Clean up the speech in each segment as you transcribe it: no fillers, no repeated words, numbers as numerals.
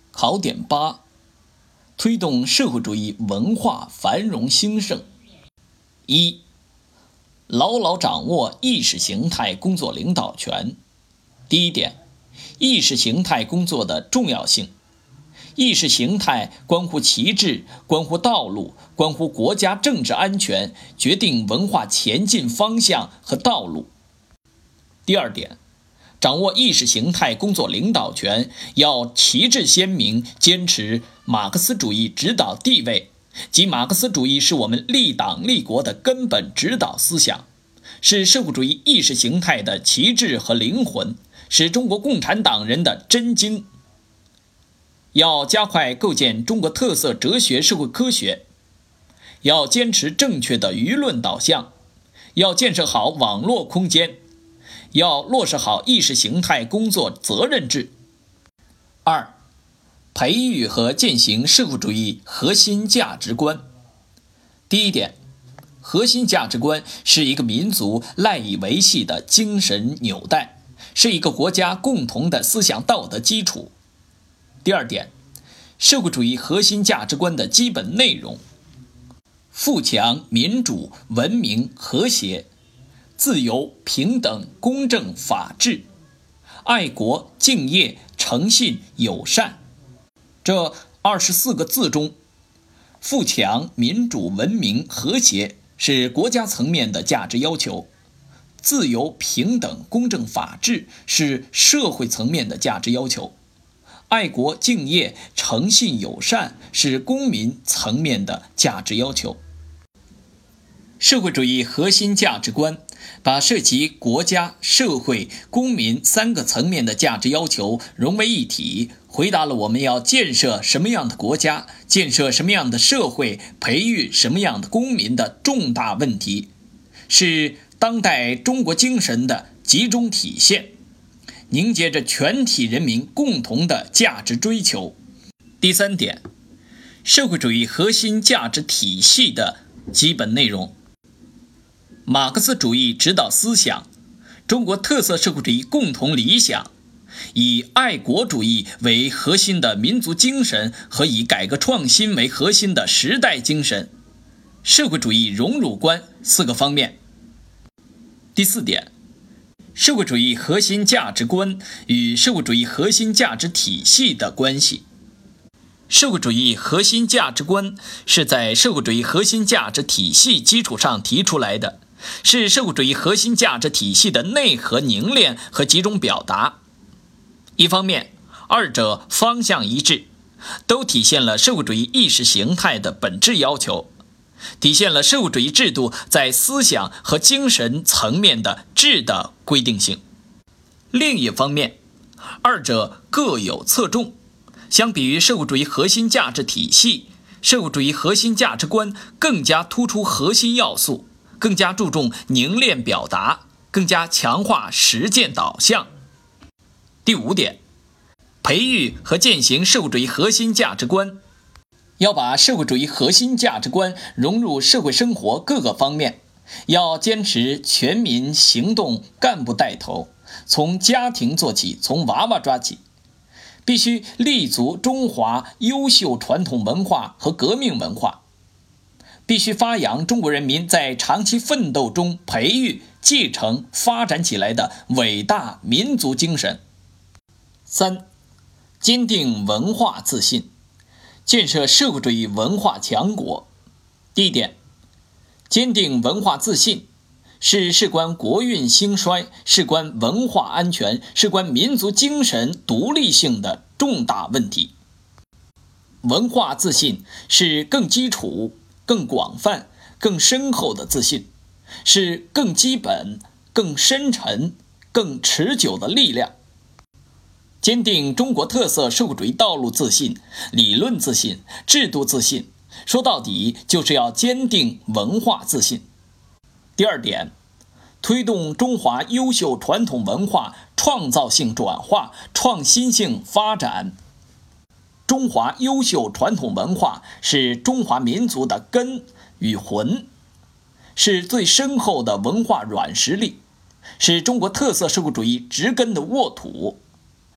考点8，推动社会主义文化繁荣兴盛。1、牢牢掌握意识形态工作领导权。第一点，意识形态工作的重要性。意识形态关乎旗帜，关乎道路，关乎国家政治安全，决定文化前进方向和道路。第二点，掌握意识形态工作领导权，要旗帜鲜明，坚持马克思主义指导地位，即马克思主义是我们立党立国的根本指导思想，是社会主义意识形态的旗帜和灵魂，是中国共产党人的真经。要加快构建中国特色哲学社会科学，要坚持正确的舆论导向，要建设好网络空间，要落实好意识形态工作责任制。2、培育和践行社会主义核心价值观。第一点，核心价值观是一个民族赖以维系的精神纽带，是一个国家共同的思想道德基础。第二点，社会主义核心价值观的基本内容：富强、民主、文明、和谐；自由、平等、公正、法治；爱国、敬业、诚信、友善。这24个字中，富强、民主、文明、和谐是国家层面的价值要求，自由、平等、公正、法治是社会层面的价值要求，爱国、敬业、诚信、友善是公民层面的价值要求。社会主义核心价值观把涉及国家、社会、公民3个层面的价值要求融为一体，回答了我们要建设什么样的国家、建设什么样的社会、培育什么样的公民的重大问题，是当代中国精神的集中体现，凝结着全体人民共同的价值追求。第三点，社会主义核心价值体系的基本内容：马克思主义指导思想，中国特色社会主义共同理想，以爱国主义为核心的民族精神和以改革创新为核心的时代精神，社会主义荣辱观4个方面。第四点，社会主义核心价值观与社会主义核心价值体系的关系。社会主义核心价值观是在社会主义核心价值体系基础上提出来的，是社会主义核心价值体系的内核凝练和集中表达。一方面，二者方向一致，都体现了社会主义意识形态的本质要求，体现了社会主义制度在思想和精神层面的质的规定性。另一方面，二者各有侧重，相比于社会主义核心价值体系，社会主义核心价值观更加突出核心要素，更加注重凝练表达，更加强化实践导向。第五点，培育和践行社会主义核心价值观，要把社会主义核心价值观融入社会生活各个方面，要坚持全民行动干部带头，从家庭做起，从娃娃抓起，必须立足中华优秀传统文化和革命文化，必须发扬中国人民在长期奋斗中培育、继承、发展起来的伟大民族精神。3、坚定文化自信，建设社会主义文化强国。第一点，坚定文化自信是事关国运兴衰，事关文化安全，事关民族精神独立性的重大问题。文化自信是更基础、更广泛、更深厚的自信，是更基本、更深沉、更持久的力量。坚定中国特色社会主义道路自信、理论自信、制度自信，说到底就是要坚定文化自信。第二点，推动中华优秀传统文化创造性转化、创新性发展。中华优秀传统文化是中华民族的根与魂，是最深厚的文化软实力，是中国特色社会主义植根的沃土。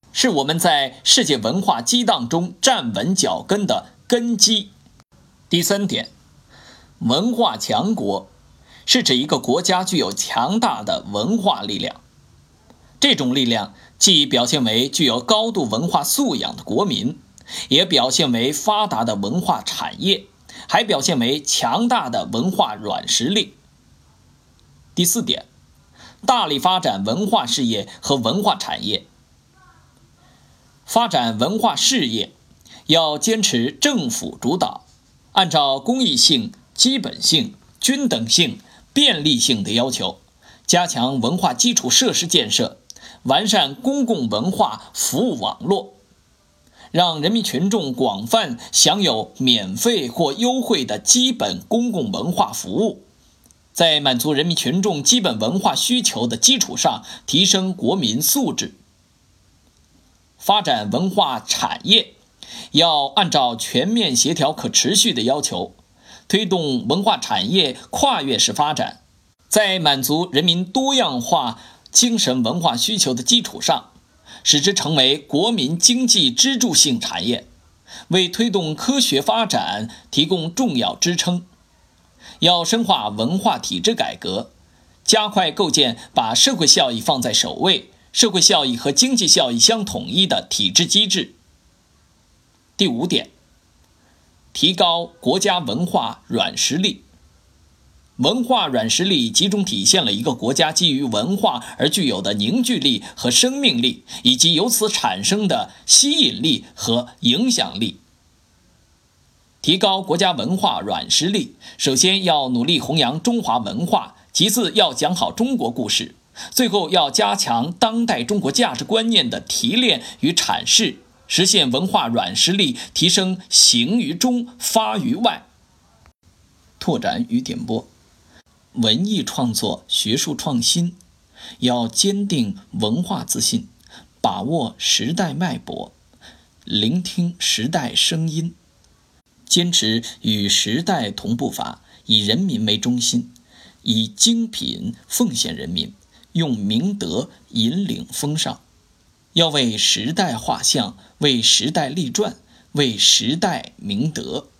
是我们在世界文化激荡中站稳脚跟的根基。第3点，文化强国是指一个国家具有强大的文化力量。这种力量既表现为具有高度文化素养的国民，也表现为发达的文化产业，还表现为强大的文化软实力。第4点，大力发展文化事业和文化产业。发展文化事业要坚持政府主导，按照公益性、基本性、均等性、便利性的要求，加强文化基础设施建设，完善公共文化服务网络，让人民群众广泛享有免费或优惠的基本公共文化服务，在满足人民群众基本文化需求的基础上，提升国民素质。发展文化产业要按照全面协调可持续的要求，推动文化产业跨越式发展，在满足人民多样化精神文化需求的基础上，使之成为国民经济支柱性产业，为推动科学发展提供重要支撑。要深化文化体制改革，加快构建把社会效益放在首位，社会效益和经济效益相统一的体制机制。第5点，提高国家文化软实力。文化软实力集中体现了一个国家基于文化而具有的凝聚力和生命力，以及由此产生的吸引力和影响力。提高国家文化软实力，首先要努力弘扬中华文化，其次要讲好中国故事，最后要加强当代中国价值观念的提炼与阐释，实现文化软实力提升行于中，发于外。拓展与点拨：文艺创作、学术创新要坚定文化自信，把握时代脉搏，聆听时代声音，坚持与时代同步伐，以人民为中心，以精品奉献人民，用明德引领风尚。要为时代画像，为时代立传，为时代明德。